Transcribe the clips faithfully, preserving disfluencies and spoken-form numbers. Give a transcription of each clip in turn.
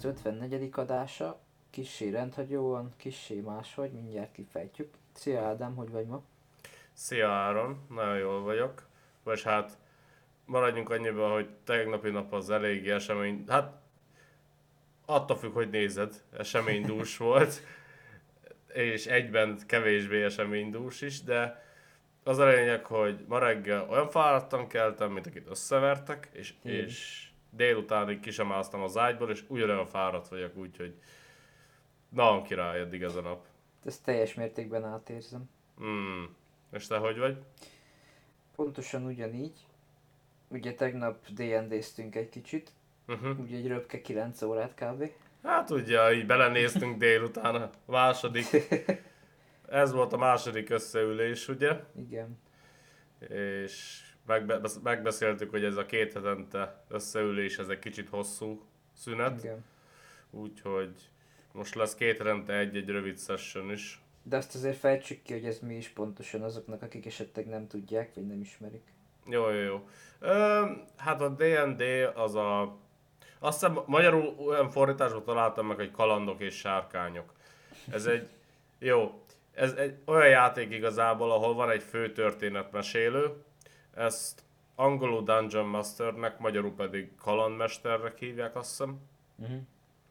ötvennegyedik adása, kissé rendhagyóan, kissé máshogy, mindjárt kifejtjük. Szia Ádám, hogy vagy ma? Szia Áron, nagyon jól vagyok. Vagy hát maradjunk annyiban, hogy tegnapi nap az eléggé esemény, hát attól függ, hogy nézed, eseménydús volt, és egyben kevésbé eseménydús is, de az a lényeg, hogy ma reggel olyan fáradtan keltem, mint akit összevertek, és, Én és is. délutánig ki sem másztam az ágyból, és ugyanolyan fáradt vagyok, úgyhogy nagyon király eddig ez a nap. Ezt teljes mértékben átérzem. Hmm. És te hogy vagy? Pontosan ugyanígy. Ugye tegnap dé en dé-ztünk egy kicsit, Uh-huh. ugye egy röpke kilenc órát kb. Hát ugye, így belenéztünk délután a második, ez volt a második összeülés, ugye? Igen, És megbe- megbeszéltük, hogy ez a két hetente összeülés, ez egy kicsit hosszú szünet, igen. úgyhogy most lesz két hetente egy-egy rövid session is. De azt azért fejtsük ki, hogy ez mi is pontosan azoknak, akik esetleg nem tudják, vagy nem ismerik. Jó, jó, jó. Ö, hát a dé en dé az a... Azt hiszem magyarul olyan fordításban találtam meg, hogy kalandok és sárkányok. Ez egy... Jó. Ez egy olyan játék igazából, ahol van egy fő történetmesélő. Ezt angolul Dungeon Masternek, magyarul pedig kalandmesternek hívják, azt hiszem. Uh-huh.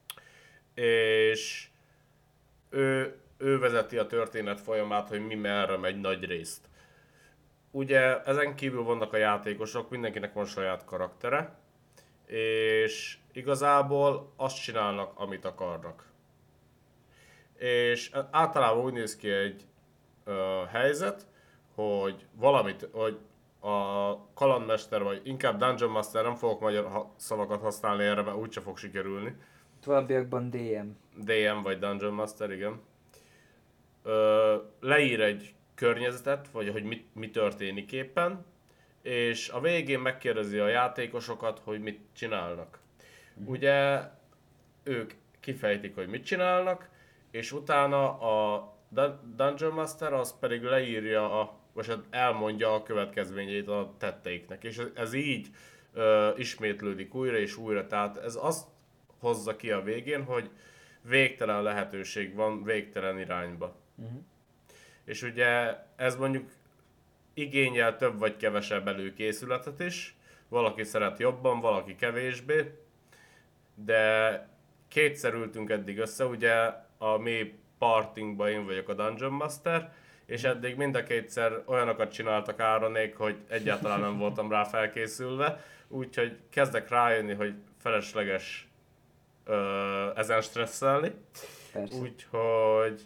És ő, ő vezeti a történet folyamát, hogy mi merre megy nagy részt. Ugye ezen kívül vannak a játékosok, mindenkinek van saját karaktere, és igazából azt csinálnak, amit akarnak. És általában úgy néz ki egy ö, helyzet, hogy valamit, hogy a kalandmester, vagy inkább Dungeon Master, nem fogok magyar ha- szavakat használni erre, mert úgyse fog sikerülni. Továbbiakban dé em. dé em vagy Dungeon Master, igen. Ö, leír egy környezetet, vagy hogy mit, mi történik éppen, és a végén megkérdezi a játékosokat, hogy mit csinálnak. Uh-huh. Ugye ők kifejtik, hogy mit csinálnak, és utána a Dungeon Master az pedig leírja, a, vagy hát elmondja a következményeit a tetteiknek. És ez, ez így ö, ismétlődik újra és újra. Tehát ez azt hozza ki a végén, hogy végtelen lehetőség van végtelen irányba. Uh-huh. És ugye ez mondjuk igényel több vagy kevesebb előkészületet is. Valaki szeret jobban, valaki kevésbé. De kétszer ültünk eddig össze, ugye a mi partinkban én vagyok a Dungeon Master, és eddig mind a kétszer olyanokat csináltak Áronék, hogy egyáltalán nem voltam rá felkészülve, úgyhogy kezdek rájönni, hogy felesleges ö, ezen stresszelni. Persze. Úgyhogy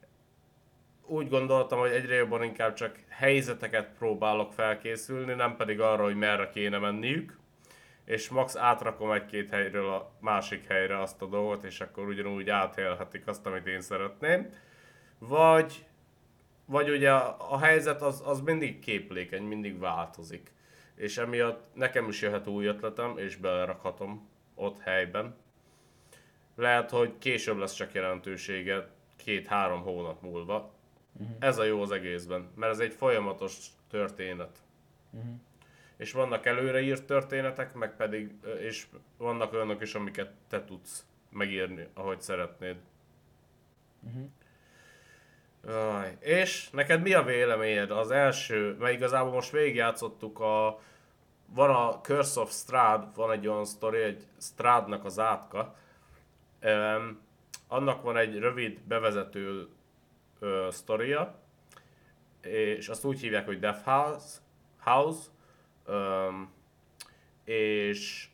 úgy gondoltam, hogy egyre jobban inkább csak helyzeteket próbálok felkészülni, nem pedig arra, hogy merre kéne menniük. És max átrakom egy-két helyről a másik helyre azt a dolgot, és akkor ugyanúgy átélhetik azt, amit én szeretném. Vagy, vagy ugye a, a helyzet az, az mindig képlékeny, mindig változik. És emiatt nekem is jöhet új ötletem, és belerakhatom ott helyben. Lehet, hogy később lesz csak jelentősége, két-három hónap múlva. Uh-huh. Ez a jó az egészben, mert ez egy folyamatos történet. Uh-huh. És vannak előreírt történetek, meg pedig, és vannak olyanok is, amiket te tudsz megírni, ahogy szeretnéd. Uh-huh. Aj, és neked mi a véleményed? Az első, mert igazából most végigjátszottuk a... Van a Curse of Strahd, van egy olyan sztori, egy Strahdnak az átka. Um, annak van egy rövid bevezető uh, sztoria, és azt úgy hívják, hogy Death House, House um, és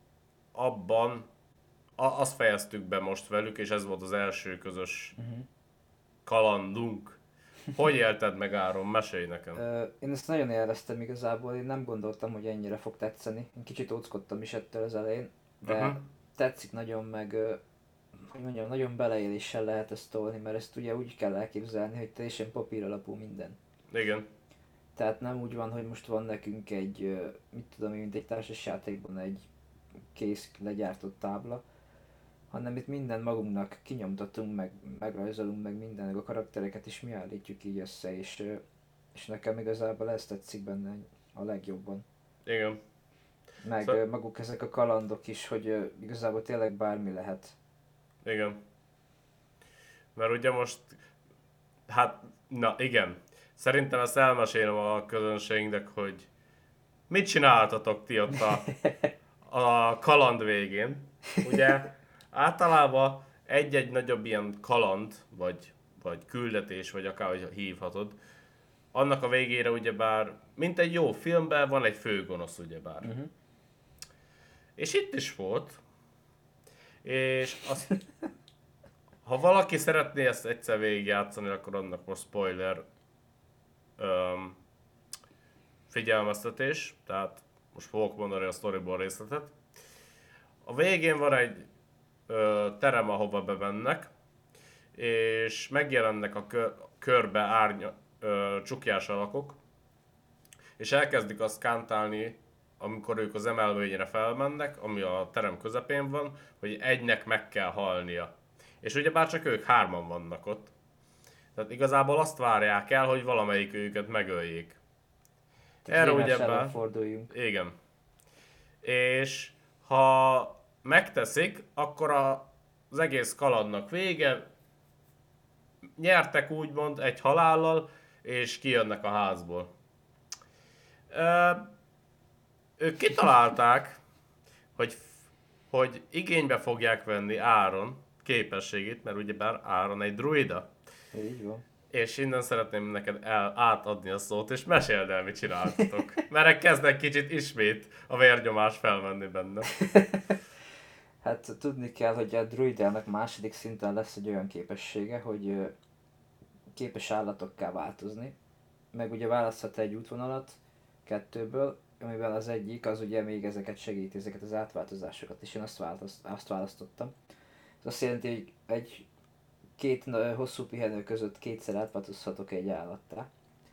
abban a, azt fejeztük be most velük, és ez volt az első közös Uh-huh. kalandunk. Hogy élted meg, Áron? Mesélj nekem. Ö, én ezt nagyon élveztem igazából, én nem gondoltam, hogy ennyire fog tetszeni. Én kicsit óckodtam is ettől az elején, de Uh-huh. tetszik nagyon, meg ö, hogy mondjam, nagyon beleéléssel lehet ezt tolni, mert ezt ugye úgy kell elképzelni, hogy teljesen papír alapú minden. Igen. Tehát nem úgy van, hogy most van nekünk egy, ö, mit tudom én, mint egy társasjátékban egy kész legyártott tábla, hanem itt minden magunknak kinyomtatunk, meg megrajzolunk, meg minden, meg a karaktereket is mi állítjuk így össze, és, ö, és nekem igazából ez tetszik benne a legjobban. Igen. Meg Szóval, ö, maguk ezek a kalandok is, hogy ö, igazából tényleg bármi lehet. Igen. Mert ugye most, hát, na igen. Szerintem ezt elmesélem a közönségnek, hogy mit csináltatok ti ott a, a kaland végén. Ugye általában egy-egy nagyobb ilyen kaland, vagy, vagy küldetés, vagy akárhogy hívhatod, annak a végére ugyebár, mint egy jó filmben van egy főgonosz ugyebár. Uh-huh. És itt is volt. És azt, ha valaki szeretné ezt egyszer végigjátszani, akkor annak most spoiler um, figyelmeztetés, tehát most fogok mondani a storyból részletet. A végén van egy ö, terem, ahova bemennek, és megjelennek a kör, körbe árnya, ö, csukjás alakok, és elkezdik azt kántálni, amikor ők az emelvényre felmennek, ami a terem közepén van, hogy egynek meg kell halnia. És ugyebár csak ők hárman vannak ott. Tehát igazából azt várják el, hogy valamelyik őket megöljék. Erre ugyebár... forduljunk. Igen. És ha megteszik, akkor a, az egész kalandnak vége, nyertek úgymond egy halállal, és kijönnek a házból. Ö, ők kitalálták, hogy, hogy igénybe fogják venni Áron képességét, mert ugyebár Áron egy druida. Így van. És innen szeretném neked el, átadni a szót, és meséld el, mit csináltatok. Mert kezdek kicsit ismét a vérnyomás felmenni benne. Hát tudni kell, hogy a druidának második szinten lesz egy olyan képessége, hogy képes állatokká változni. Meg ugye választhat egy útvonalat kettőből, amivel az egyik az ugye még ezeket segíti, ezeket az átváltozásokat, és én azt, választ, azt választottam. Ez azt jelenti, hogy egy két hosszú pihenő között kétszer átváltozhatok egy állattá.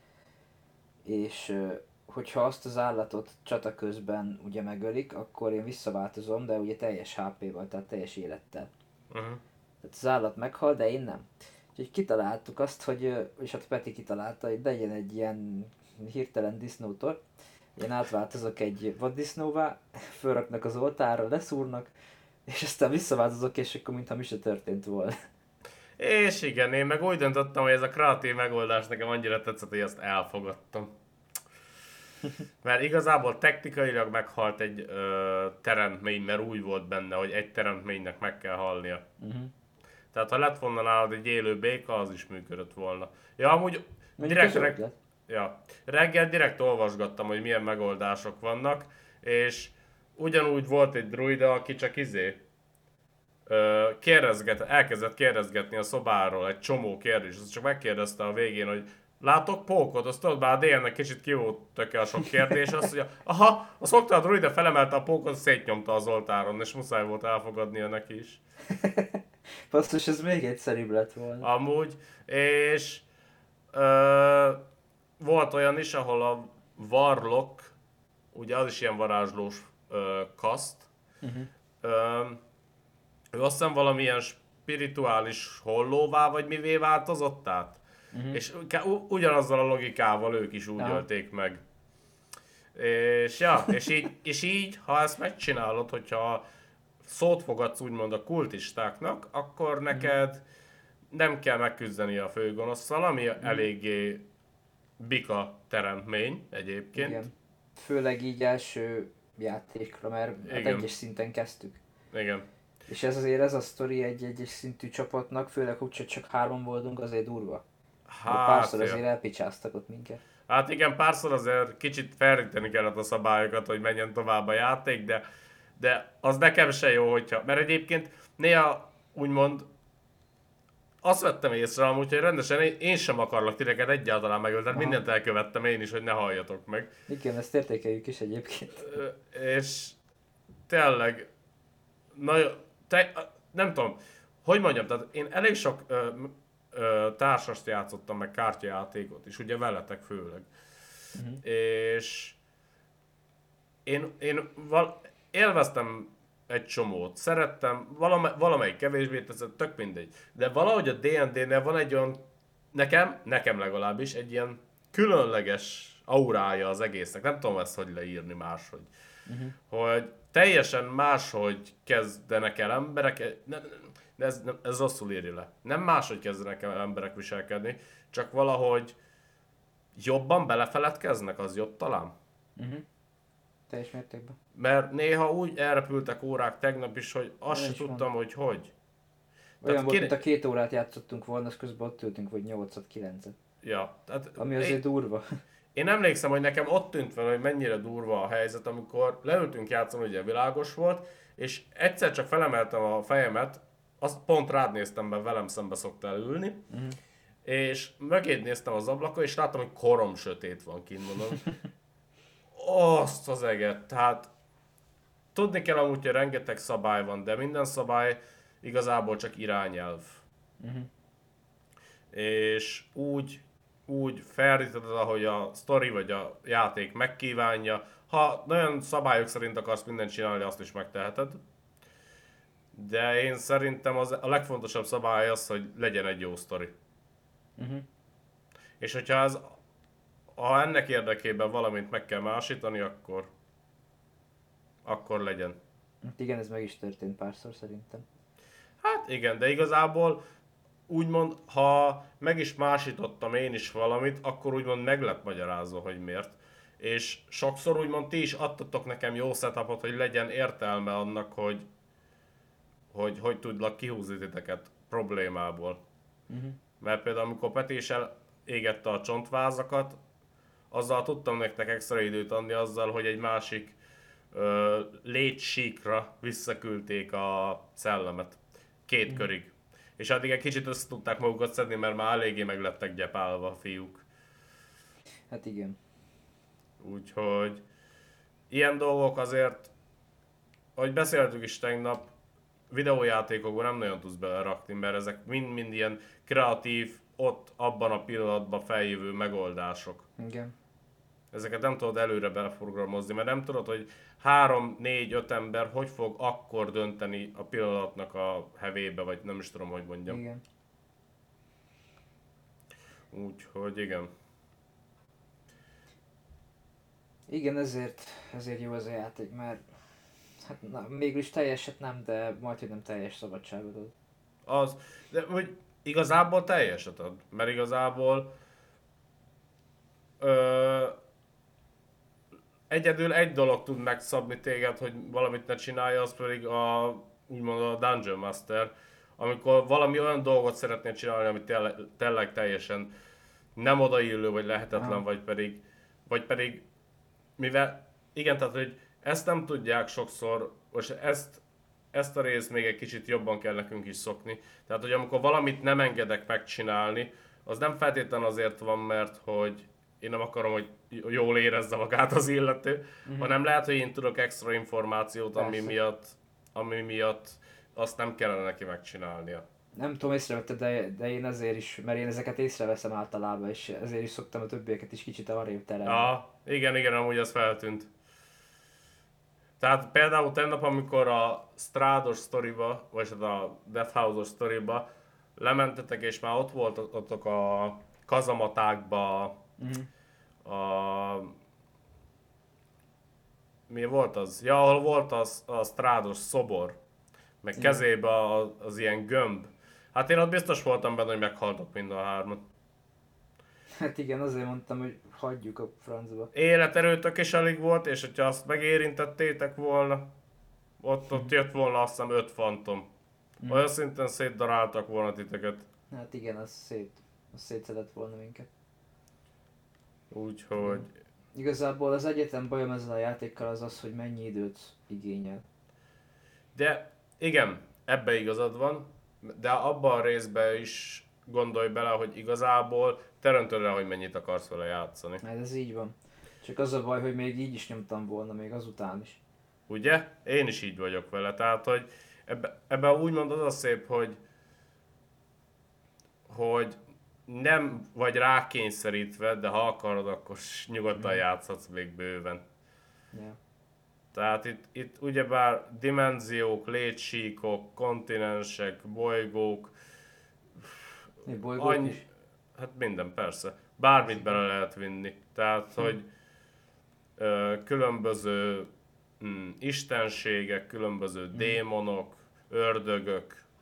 És hogyha azt az állatot csata közben ugye megölik, akkor én visszaváltozom, de ugye teljes há pé-val, tehát teljes élettel. Uh-huh. Tehát az állat meghal, de én nem. Úgyhogy kitaláltuk azt, hogy, és hát Peti kitalálta, hogy legyen egy ilyen hirtelen disznótor. Én átváltozok egy vaddisznóvá, fölraknak az oltárra, leszúrnak, és aztán visszaváltozok, és akkor mintha mi se történt volna. És igen, én meg úgy döntöttem, hogy ez a kreatív megoldás nekem annyira tetszett, hogy ezt elfogadtam. Mert igazából technikailag meghalt egy ö, teremtmény, mert úgy volt benne, hogy egy teremtménynek meg kell halnia. Uh-huh. Tehát ha lett volna nálad egy élő béka, az is működött volna. Ja, amúgy direkt, reg- ja, reggel direkt olvasgattam, hogy milyen megoldások vannak, és ugyanúgy volt egy druida, aki csak izé, ö, kérdezget, elkezdett kérdezgetni a szobáról egy csomó kérdés, az csak megkérdezte a végén, hogy látok pókot, azt tudod, bár a dé en-nek kicsit ki volt töke a sok kérdés, azt mondja, aha, azt fogta a druida, felemelte a pókot, szétnyomta az oltáron, és muszáj volt elfogadnia neki is. Basszus, ez még egyszerűbb lett volna. Amúgy, és ö, volt olyan is, ahol a Warlock, ugye az is ilyen varázslós ö, kaszt, uh-huh. ö, ő azt hiszem valamilyen spirituális hollóvá, vagy mivé változott át. Uh-huh. És ugyanazzal a logikával ők is úgy ja. ölték meg. És ja, és így, és így, ha ezt megcsinálod, hogyha szót fogadsz úgymond a kultistáknak, akkor neked uh-huh. nem kell megküzdeni a főgonosszal, ami uh-huh. eléggé bika teremtmény egyébként. Igen. Főleg így első játékra, mert hát egyes szinten kezdtük. Igen. És ez azért ez a sztori egy egyes szintű csapatnak, főleg úgy, hogy csak hárman voltunk, azért durva. Hát, párszor azért elpicsáztak ott minket. Hát igen, párszor azért kicsit felríteni kellett a szabályokat, hogy menjen tovább a játék, de, de az nekem se jó, hogyha... Mert egyébként néha úgymond azt vettem észre amúgy, hogy rendesen én, én sem akarlak titeket egyáltalán megölni, mindent elkövettem én is, hogy ne halljatok meg. Igen, ezt értékeljük is egyébként. És tényleg, na, te, nem tudom, hogy mondjam, tehát én elég sok ö, ö, társast játszottam, meg kártyajátékot is, ugye veletek főleg. Uh-huh. És én, én val, élveztem egy csomót, szerettem, valame, valamelyik kevésbé tetszett, tök mindegy. De valahogy a dé en dé-nél van egy olyan, nekem, nekem legalábbis, egy ilyen különleges aurája az egésznek. Nem tudom ezt hogy leírni máshogy. Uh-huh. Hogy teljesen máshogy kezdenek el emberek. De ez, nem- ez rosszul írja le. Nem máshogy kezdenek el emberek viselkedni, csak valahogy jobban belefeledkeznek, az jobb talán. Uh-huh. Teljes mértékben. Mert néha úgy elrepültek órák tegnap is, hogy azt Olyan se is van. tudtam, hogy hogy. Olyan volt, kire- mint a két órát játszottunk volna, az közben ott ültünk, vagy nyolcat, kilencet. Ja, tehát Ami én, azért durva. én emlékszem, hogy nekem ott tűnt fel, hogy mennyire durva a helyzet, amikor leültünk játszani, ugye világos volt, és egyszer csak felemeltem a fejemet, azt pont rád néztem be, velem szembe szoktál ülni, Uh-huh. és mögéd néztem az ablakon, és láttam, hogy korom sötét van kint, mondom. Azt az eget, tehát tudni kell amúgy, hogy rengeteg szabály van, de minden szabály igazából csak irányelv. Uh-huh. És úgy, úgy ferdíted, ahogy a sztori vagy a játék megkívánja. Ha nagyon szabályok szerint akarsz mindent csinálni, azt is megteheted. De én szerintem az, a legfontosabb szabály az, hogy legyen egy jó sztori. Uh-huh. És hogyha ez, ha ennek érdekében valamit meg kell másítani, akkor, akkor legyen. Hát igen, ez meg is történt párszor szerintem. Hát igen, de igazából úgymond, ha meg is másítottam én is valamit, akkor úgymond meg lett magyarázva, hogy miért. És sokszor úgymond ti is adtatok nekem jó setupot, hogy legyen értelme annak, hogy hogy, hogy tudlak kihúzni titeket problémából. Uh-huh. Mert például amikor Peti is elégette a csontvázakat, azzal tudtam nektek extra időt adni azzal, hogy egy másik ö, létsíkra visszaküldték a szellemet. Két körig. És addig egy kicsit össze tudták magukat szedni, mert már eléggé meg lettek gyepálva a fiúk. Hát igen. Úgyhogy ilyen dolgok azért, ahogy beszéltük is tegnap, videójátékokban nem nagyon tudsz belerakni, mert ezek mind-mind ilyen kreatív, ott, abban a pillanatban feljövő megoldások. Igen. Ezeket nem tudod előre beprogramozni, mert nem tudod, hogy három, négy, öt ember hogy fog akkor dönteni a pillanatnak a hevébe, vagy nem is tudom, hogy mondjam. Igen. Úgyhogy igen. Igen, ezért, ezért jó ez a játék, mert hát na, mégis teljeset nem, de majdhogy nem teljes szabadságot ad. Az, de hogy igazából teljeset ad, mert igazából ö, egyedül egy dolog tud megszabni téged, hogy valamit ne csinálja, az pedig a, úgymond a Dungeon Master, amikor valami olyan dolgot szeretnél csinálni, ami tényleg, tényleg teljesen nem odaillő, vagy lehetetlen, Aha. vagy pedig, vagy pedig, mivel, igen, tehát, hogy ezt nem tudják sokszor, most ezt, ezt a részt még egy kicsit jobban kell nekünk is szokni. Tehát, hogy amikor valamit nem engedek megcsinálni, az nem feltétlenül azért van, mert hogy én nem akarom, hogy jól érezze magát az illető, Mhm. hanem lehet, hogy én tudok extra információt, ami Persze. miatt, ami miatt azt nem kellene neki megcsinálnia. Nem tudom, észrevetted, de, de én ezért is, mert én ezeket észreveszem általában, és ezért is szoktam a többieket is kicsit arrébb terelni. Ja, igen, igen, amúgy az feltűnt. Tehát például tegnap, amikor a Strádos sztoriba, vagy hát a Death House-os sztoriba lementetek, és már ott voltatok a kazamatákba, Mhm. a... mi volt az? Ja, ahol volt az, a Strádos szobor, meg Igen. kezébe az, az ilyen gömb. Hát én ott biztos voltam benne, hogy meghaltok mind a hárman. Hát igen, azért mondtam, hogy hagyjuk a francba. Életerőtök is alig volt, és hogyha azt megérintettétek volna, ott, ott jött volna azt hiszem öt fantom. Mhm. Olyan szinten szétdaráltak volna titeket. Hát igen, az szét, az szétszedett volna minket. Úgyhogy... Igazából az egyetlen bajom ezzel a játékkal az az, hogy mennyi időt igényel. De igen, ebbe igazad van, de abban a részben is gondolj bele, hogy igazából te döntöd el, hogy mennyit akarsz vele játszani. Hát ez így van. Csak az a baj, hogy még így is nyomtam volna, még azután is. Ugye? Én is így vagyok vele, tehát hogy ebbe, ebben úgymond az a szép, hogy hogy nem vagy rákényszerítve, de ha akarod, akkor s- nyugodtan játszhatsz még bőven. Ja. Tehát itt, itt ugyebár dimenziók, létsíkok, kontinensek, bolygók, Még bolygók annyi, is. hát minden persze, bármit bele lehet vinni. Tehát, Hm. hogy ö, különböző mm, istenségek, különböző démonok, ördögök,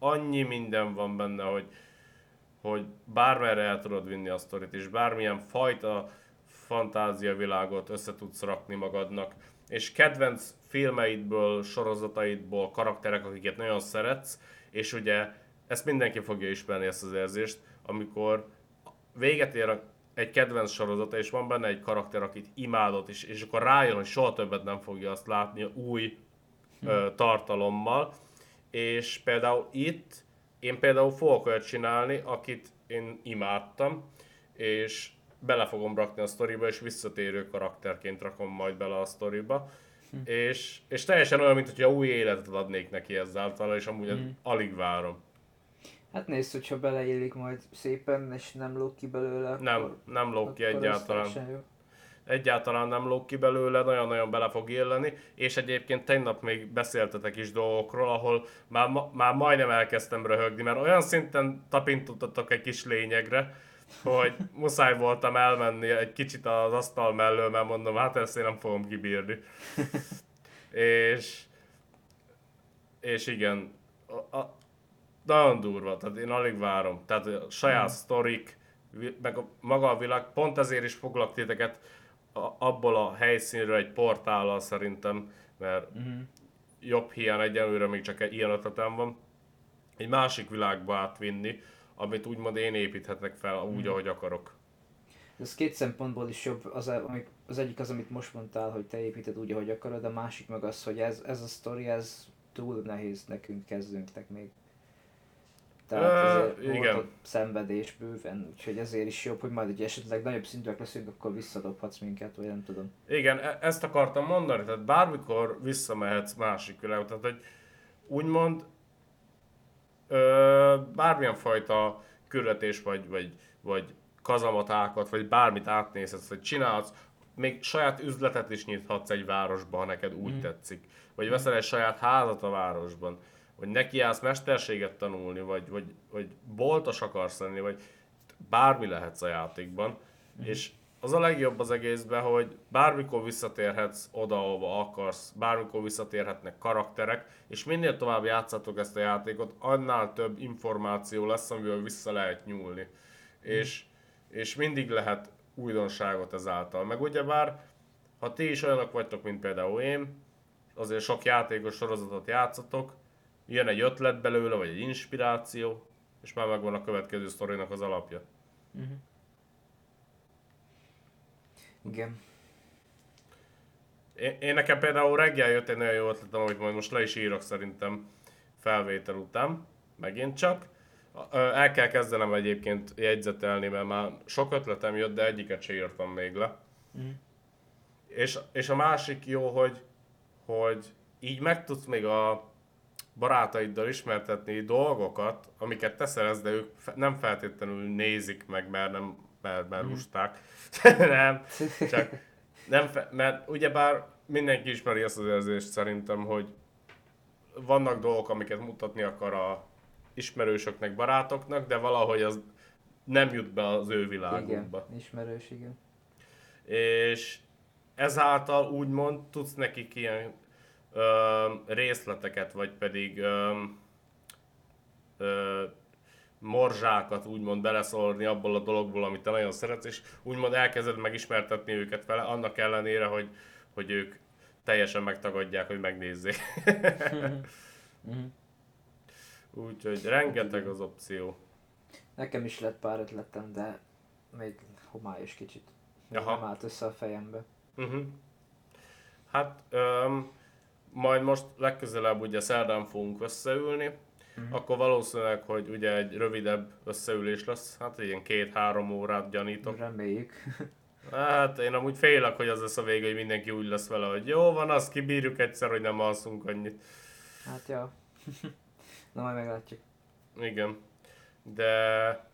annyi minden van benne, hogy, hogy bármerre el tudod vinni a sztorit, és bármilyen fajta fantáziavilágot össze tudsz rakni magadnak. És kedvenc filmeidből, sorozataidból karakterek, akiket nagyon szeretsz, és ugye ezt mindenki fogja ismerni, ezt az érzést, amikor véget ér egy kedvenc sorozata, és van benne egy karakter, akit imádott, és, és akkor rájön, hogy soha többet nem fogja azt látni új ö, tartalommal. És például itt én például fogok olyat csinálni, akit én imádtam, és bele fogom rakni a sztoriba, és visszatérő karakterként rakom majd bele a sztoriba. Hm. És, és teljesen olyan, mint hogyha új életet adnék neki ezáltal, és amúgy hm. alig várom. Hát nézd, hogyha beleillik majd szépen, és nem lóg ki belőle, Nem, akkor, nem lóg ki akkor egyáltalán. Egyáltalán nem lóg ki belőle, nagyon-nagyon bele fog illeni, és egyébként tegnap még beszéltetek is dolgokról, ahol már, ma, már majdnem elkezdtem röhögni, mert olyan szinten tapintottatok egy kis lényegre, hogy muszáj voltam elmenni egy kicsit az asztal mellől, mert mondom, hát ezt én nem fogom kibírni. és, és igen, a, a, nagyon durva, tehát én alig várom. Tehát a saját mm. sztorik, meg a, maga a világ, pont ezért is foglak titeket a, abból a helyszínről egy portállal szerintem, mert mm. jobb hiány egyelőre még csak egy ilyen ötletem van, egy másik világba átvinni, amit úgymond én építhetek fel úgy, mm. ahogy akarok. Ez két szempontból is jobb, az, az egyik az, amit most mondtál, hogy te építed úgy, ahogy akarod, a másik meg az, hogy ez, ez a sztori, ez túl nehéz nekünk, kezdőnknek még. Tehát azért uh, volt ott szenvedés bőven, úgyhogy ezért is jobb, hogy majd egy esetleg nagyobb szintűek leszünk, akkor visszadobhatsz minket, vagy nem tudom. Igen, e- ezt akartam mondani, tehát bármikor visszamehetsz másik világba, tehát hogy úgymond ö, bármilyen fajta küldetés vagy, vagy, vagy kazamatákat, vagy bármit átnézhetsz, vagy csinálsz, még saját üzletet is nyithatsz egy városba, ha neked úgy mm. tetszik. Vagy veszel egy saját házat a városban, vagy nekiállsz mesterséget tanulni, vagy, vagy, vagy boltos akarsz lenni, vagy bármi lehetsz a játékban. Mm. És az a legjobb az egészben, hogy bármikor visszatérhetsz oda, ahova akarsz, bármikor visszatérhetnek karakterek, és minél tovább játszatok ezt a játékot, annál több információ lesz, amivel vissza lehet nyúlni. Mm. És, és mindig lehet újdonságot ezáltal. Meg ugyebár, ha ti is olyanok vagytok, mint például én, azért sok játékos sorozatot játszatok, jön egy ötlet belőle, vagy egy inspiráció, és már megvan a következő sztorinak az alapja. Uh-huh. Igen. Én, én nekem például reggel jött egy nagyon jó ötletem, amit majd most le is írok szerintem felvétel után, megint csak. El kell kezdenem egyébként jegyzetelni, mert már sok ötletem jött, de egyiket se írtam még le. Uh-huh. És, és a másik jó, hogy, hogy így meg tudsz még a barátaiddal ismertetni dolgokat, amiket te szerez, de ők nem feltétlenül nézik meg, mert nem, mert, mert lusták. nem, csak nem, fe, mert ugyebár mindenki ismeri azt az érzést szerintem, hogy vannak dolgok, amiket mutatni akar a ismerősöknek, barátoknak, de valahogy az nem jut be az ő világukba. Igen, ismerős, igen. És ezáltal úgymond tudsz nekik ilyen ö, részleteket, vagy pedig ö, ö, morzsákat úgymond beleszólni abból a dologból, amit te nagyon szeretsz, és úgymond elkezded megismertetni őket vele, annak ellenére, hogy, hogy ők teljesen megtagadják, hogy megnézzék. Úgyhogy rengeteg az opció. Nekem is lett pár ötletem, de még homályos kicsit. Még nem állt össze a fejembe. Uh-huh. Hát öm, majd most legközelebb ugye szerdán fogunk összeülni, uh-huh. akkor valószínűleg, hogy ugye egy rövidebb összeülés lesz, hát ilyen két-három órát gyanítok. Reméljük. Hát én amúgy félek, hogy az lesz a vége, hogy mindenki úgy lesz vele, hogy jó van, azt kibírjuk egyszer, hogy nem alszunk annyit. Hát ja. Na majd meglátjuk. Igen. De...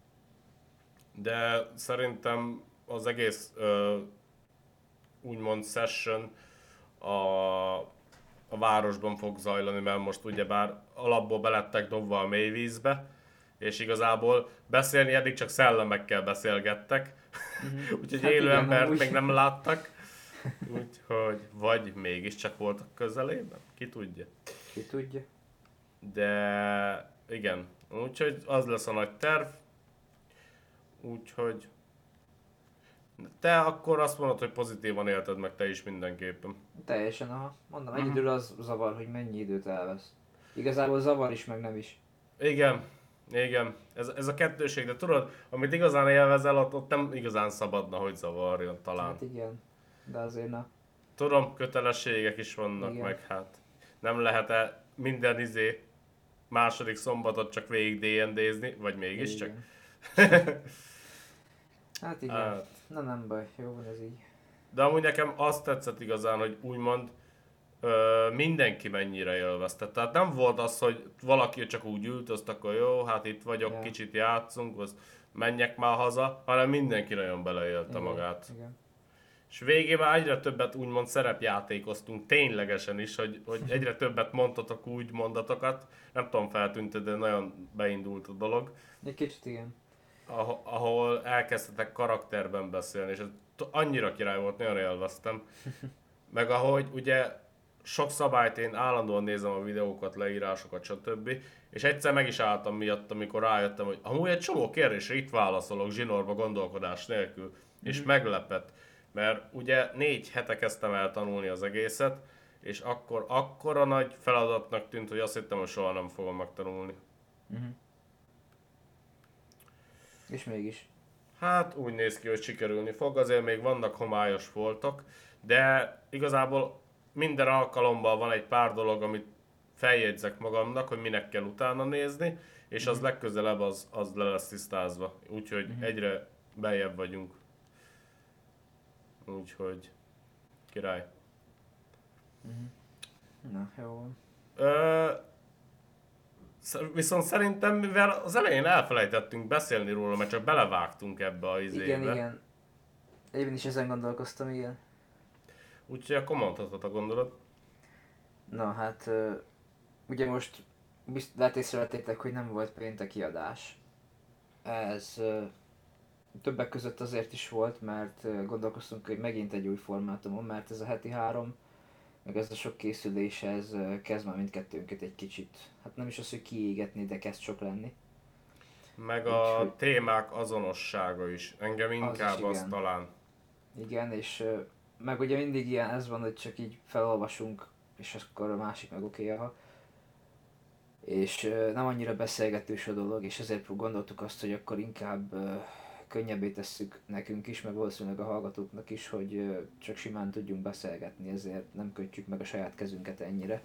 De szerintem az egész ö, úgymond session a, a városban fog zajlani, mert most ugyebár alapból belettek dobva a mélyvízbe, és igazából beszélni eddig csak szellemekkel beszélgettek, mm-hmm. úgyhogy hát élő igen, embert úgy. Még nem láttak, úgyhogy vagy mégiscsak voltak közelében, ki tudja. Ki tudja. De Igen, úgyhogy az lesz a nagy terv. Úgyhogy... Te akkor azt mondod, hogy pozitívan élted meg te is mindenképpen. Teljesen, aha. Mondom, Mhm. egyedül az zavar, hogy mennyi időt elvesz. Igazából zavar is, meg nem is. Igen, igen, ez, ez a kettőség, de tudod, amit igazán élvezel, ott, ott nem igazán szabadna, hogy zavarjon talán. Hát igen, de azért na. Tudom, kötelességek is vannak, Igen. meg hát nem lehet-e minden izé második szombatot csak végig dé en dé-zni, vagy mégiscsak? Igen. Hát igen. Hát. Na nem baj, jó van ez így. De amúgy nekem azt tetszett igazán, hogy úgymond ö, mindenki mennyire élvezte. Tehát nem volt az, hogy valaki csak úgy ült, azt akkor jó, hát itt vagyok, Ja. kicsit játszunk, az menjek már haza, hanem mindenki nagyon beleélte Igen, magát. Igen. És végében egyre többet úgymond szerepjátékoztunk, ténylegesen is, hogy, hogy egyre többet mondtatok úgy mondatokat. Nem tudom, feltűnt, de nagyon beindult a dolog. Egy kicsit igen. Ahol, ahol elkezdtetek karakterben beszélni, és ez t- annyira király volt, nagyon élveztem. Meg ahogy ugye sok szabályt én állandóan nézem a videókat, leírásokat, stb. És egyszer meg is álltam miatt, amikor rájöttem, hogy amúgy egy csomó kérdésre itt válaszolok zsinórba gondolkodás nélkül. És meglepett. Mert ugye négy hete kezdtem el tanulni az egészet, és akkor akkora nagy feladatnak tűnt, hogy azt hittem, hogy soha nem fogom megtanulni. Uh-huh. És mégis. Hát úgy néz ki, hogy sikerülni fog, azért még vannak homályos voltak, de igazából minden alkalommal van egy pár dolog, amit feljegyzek magamnak, hogy minek kell utána nézni, és az legközelebb az, az le lesz tisztázva. Úgyhogy Mhm. egyre beljebb vagyunk. Úgyhogy király. Uh-huh. Na, jó van. Ö, sz- viszont szerintem, mivel az elején elfelejtettünk beszélni róla, mert csak belevágtunk ebbe a izébe. Igen, igen. Én is ezen gondolkoztam, igen. Úgyhogy akkor mondhatod a gondolat. Na hát, ö, ugye most bizt, lehet észrevettétek, hogy nem volt pénteki adás. Ez ö, többek között azért is volt, mert ö, gondolkoztunk, hogy megint egy új formátumon, mert ez a heti három, meg ez a sok készülés, ez ö, kezd már mindkettőnket egy kicsit, hát nem is az, hogy kiégetni, de kezd sok lenni. Meg a Úgyhogy- témák azonossága is. Engem inkább is, az, igen. talán. Igen, és ö, meg ugye mindig ilyen ez van, hogy csak így felolvasunk, és akkor a másik meg oké, okay, és ö, nem annyira beszélgetős a dolog, és ezért gondoltuk azt, hogy akkor inkább ö, könnyebbé tesszük nekünk is, meg valószínűleg a hallgatóknak is, hogy ö, csak simán tudjunk beszélgetni, ezért nem kötjük meg a saját kezünket ennyire.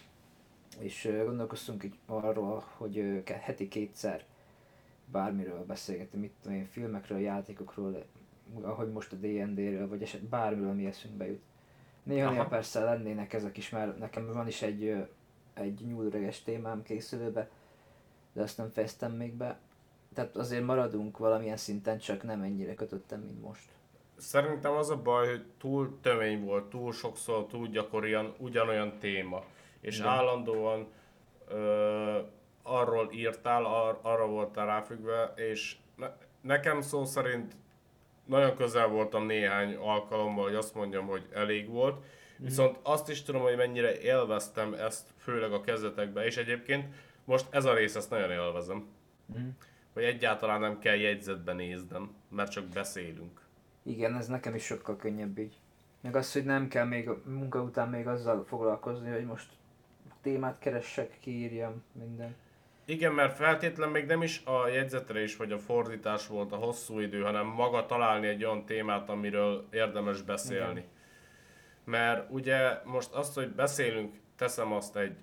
És ö, gondolkoztunk így arról, hogy ö, ke- heti kétszer bármiről beszélgetni, mit tudom én, filmekről, játékokról, ahogy most a dé en dé-ről, vagy eset bármiről, ami eszünkbe jut. Néha-néha Aha. persze lennének ezek is, mert nekem van is egy, ö, egy nyúlreges témám készülőbe, de azt nem fejeztem még be. Tehát azért maradunk valamilyen szinten, csak nem ennyire kötöttem, mint most. Szerintem az a baj, hogy túl tömény volt, túl sokszor, túl gyakorian ugyanolyan téma. És Igen. állandóan ö, arról írtál, ar, arra voltál ráfüggve, és ne, nekem szó szerint nagyon közel voltam néhány alkalommal, hogy azt mondjam, hogy elég volt. Viszont azt is tudom, hogy mennyire élveztem ezt, főleg a kezdetekben, és egyébként most ez a rész, ezt nagyon élvezem. Mhm. Hogy egyáltalán nem kell jegyzetben néznem, mert csak beszélünk. Igen, ez nekem is sokkal könnyebb így. Meg az, hogy nem kell még a munka után még azzal foglalkozni, hogy most témát keressek, kiírjam, minden. Igen, mert feltétlen még nem is a jegyzetelés vagy a fordítás volt a hosszú idő, hanem maga találni egy olyan témát, amiről érdemes beszélni. Igen. Mert ugye most azt, hogy beszélünk, teszem azt egy...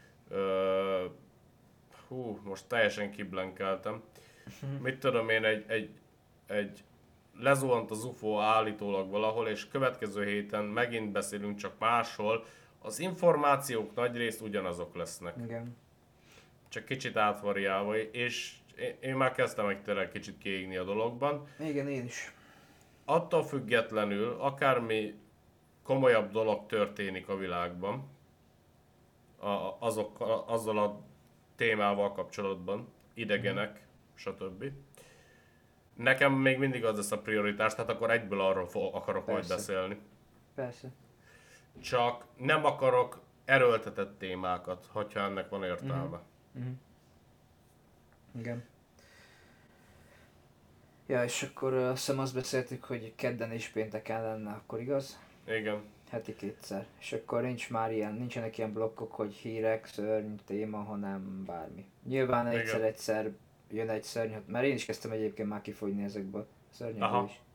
Ö, hú, most teljesen kiblenkeltem. Mit tudom én, egy, egy, egy lezuhant az u f o állítólag valahol, és következő héten megint beszélünk csak máshol, az információk nagyrészt ugyanazok lesznek. Igen. Csak kicsit átvariálva, és én- én már kezdtem egy tényleg kicsit kiégni a dologban. Igen, én is. Attól függetlenül, akármi komolyabb dolog történik a világban, a, azok, azzal a témával kapcsolatban, idegenek, stb. Nekem még mindig az lesz a prioritás, tehát akkor egyből arról fo- akarok majd Persze. beszélni. Persze. Csak nem akarok erőltetett témákat, hogyha ennek van értelme. Mhm. Igen. Ja, és akkor uh, azt hiszem azt beszéltük, hogy kedden és pénteken lenne, akkor igaz? Igen. Heti kétszer. És akkor nincs már ilyen, nincsenek ilyen blokkok, hogy hírek, szörny, téma, hanem bármi. Nyilván Igen. egyszer-egyszer jön egy szörny, mert én is kezdtem egyébként már kifogyni ezekből a szörnyekből Aha. is.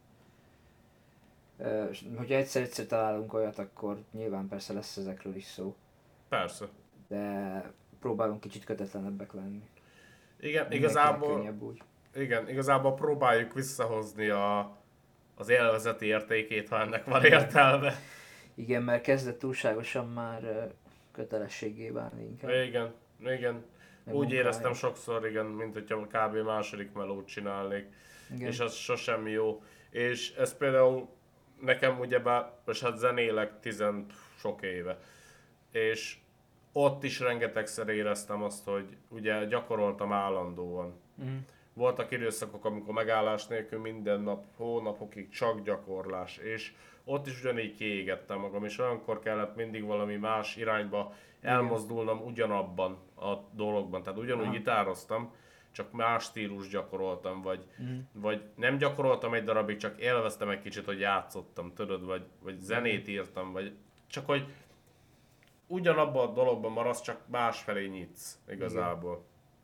Uh, hogyha egyszer-egyszer találunk olyat, akkor nyilván persze lesz ezekről is szó. Persze. De próbálunk kicsit kötetlenebbek lenni. Igen, Mindenkinek igazából, könnyebb úgy. igen, igazából próbáljuk visszahozni a, az élvezeti értékét, ha ennek van értelme. Igen, mert kezdett túlságosan már uh, kötelességé válni inkább. Igen, igen. Meg Úgy munkája. éreztem sokszor, igen, mint hogyha kb. Második melót csinálnék. Igen. És az sosem jó. És ez például nekem ugyebár, most hát zenélek tizen sok éve. És ott is rengetegszer éreztem azt, hogy ugye gyakoroltam állandóan. Mm. Voltak időszakok, amikor megállás nélkül minden nap, hónapokig csak gyakorlás, és ott is ugyanígy kiégettem magam, és olyankor kellett mindig valami más irányba elmozdulnom ugyanabban a dologban. Tehát ugyanúgy Aha. gitároztam, csak más stílus gyakoroltam, vagy, Mm. vagy nem gyakoroltam egy darabig, csak élveztem egy kicsit, hogy játszottam, tudod, vagy, vagy zenét írtam, vagy csak hogy ugyanabban a dologban maradsz, csak másfelé nyitsz igazából.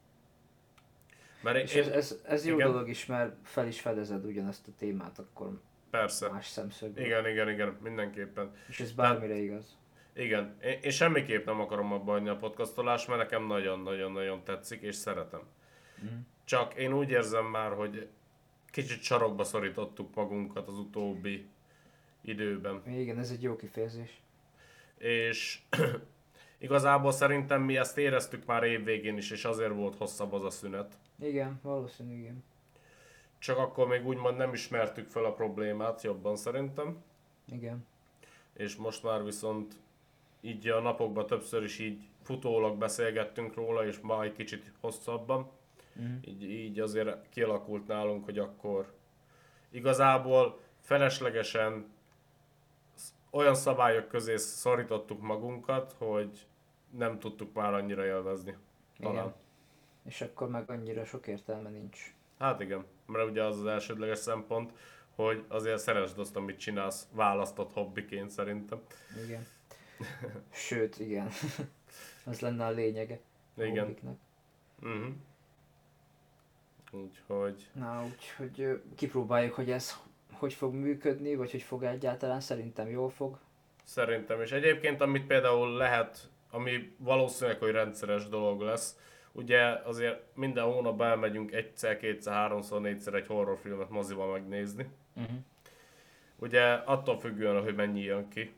Mert És én, ez, ez, ez jó igen. dolog is, mert fel is fedezed ugyanazt a témát akkor persze. más szemszögből. Igen, igen, igen, mindenképpen. És ez bármire igaz. Igen, én, én semmiképp nem akarom abba hagyni a podcastolást, mert nekem nagyon-nagyon-nagyon tetszik, és szeretem. Mm. Csak én úgy érzem már, hogy kicsit sarokba szorítottuk magunkat az utóbbi időben. Igen, ez egy jó kifejezés. És igazából szerintem mi ezt éreztük már évvégén is, és azért volt hosszabb az a szünet. Igen, valószínű igen. Csak akkor még úgymond nem ismertük fel a problémát jobban szerintem. Igen. És most már viszont így a napokban többször is így futólag beszélgettünk róla, és ma egy kicsit hosszabban. Mm. Így, így azért kialakult nálunk, hogy akkor igazából feleslegesen olyan szabályok közé szorítottuk magunkat, hogy nem tudtuk már annyira élvezni. Talán. Igen. És akkor meg annyira sok értelme nincs. Hát igen, mert ugye az az elsődleges szempont, hogy azért szeresd azt, amit csinálsz, választott hobbiként szerintem. Igen. Sőt, igen. Az lenne a lényege. a Igen. hobbiknak. Uh-huh. Úgyhogy... Na, úgyhogy ö, kipróbáljuk, hogy ez hogy fog működni, vagy hogy fog egyáltalán, szerintem jól fog. Szerintem is. Egyébként, amit például lehet, ami valószínűleg, hogy rendszeres dolog lesz, ugye azért minden hónapban elmegyünk egyszer, kétszer, háromszor, négyszer egy horrorfilmet moziba megnézni. Uh-huh. Ugye attól függően, hogy mennyi jön ki.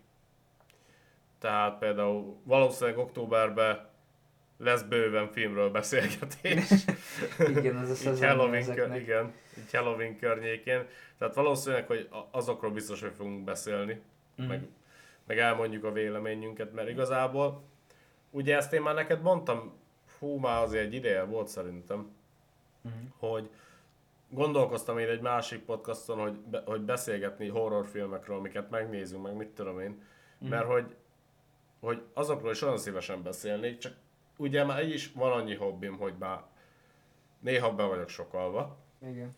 Tehát például valószínűleg októberben lesz bőven filmről beszélgetés. Igen, az a így szezonja Halloween, kör, ezeknek. igen, így Halloween környékén. Tehát valószínűleg, hogy a- azokról biztos, hogy fogunk beszélni. Mhm. Meg, meg elmondjuk a véleményünket, mert igazából ugye ezt én már neked mondtam, hú, már azért egy ideje volt szerintem, Mhm. hogy gondolkoztam én egy másik podcaston, hogy, be, hogy beszélgetni horrorfilmekről, amiket megnézünk, meg mit tudom én, Mhm. mert hogy, hogy azokról is olyan szívesen beszélnék, csak ugye már így is van annyi hobbim, hogy már néha be vagyok sokalva, Igen.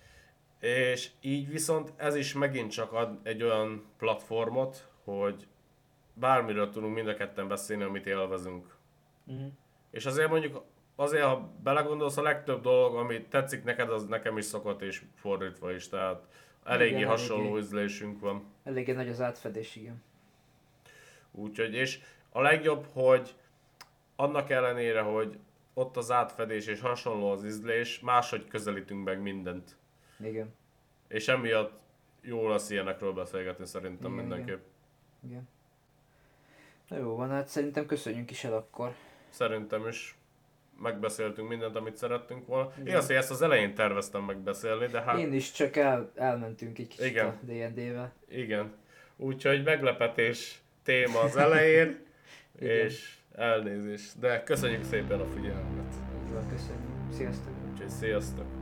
és így viszont ez is megint csak ad egy olyan platformot, hogy bármiről tudunk mind a ketten beszélni, amit élvezünk. Mhm. És azért mondjuk, azért ha belegondolsz, a legtöbb dolog, ami tetszik neked, az nekem is szokott, és fordítva is, tehát eléggé Igen, hasonló eléggé. ízlésünk van. Eléggé nagy az átfedés, igen. Úgyhogy, és a legjobb, hogy annak ellenére, hogy ott az átfedés és hasonló az ízlés, máshogy közelítünk meg mindent. Igen. És emiatt jó lesz ilyenekről beszélgetni szerintem Igen, mindenképp. Igen. Na jó van, hát szerintem köszönjünk is el akkor. Szerintem is megbeszéltünk mindent, amit szerettünk volna. Igen. Igaz, hogy ezt az elején terveztem megbeszélni, de hát Én is csak el, elmentünk egy kicsit Igen. a dé and dé-vel. igen. Úgyhogy meglepetés téma az elején, Igen. és elnézést. De köszönjük szépen a figyelmet. Így van, köszönjük. Sziasztok! Úgyhogy sziasztok!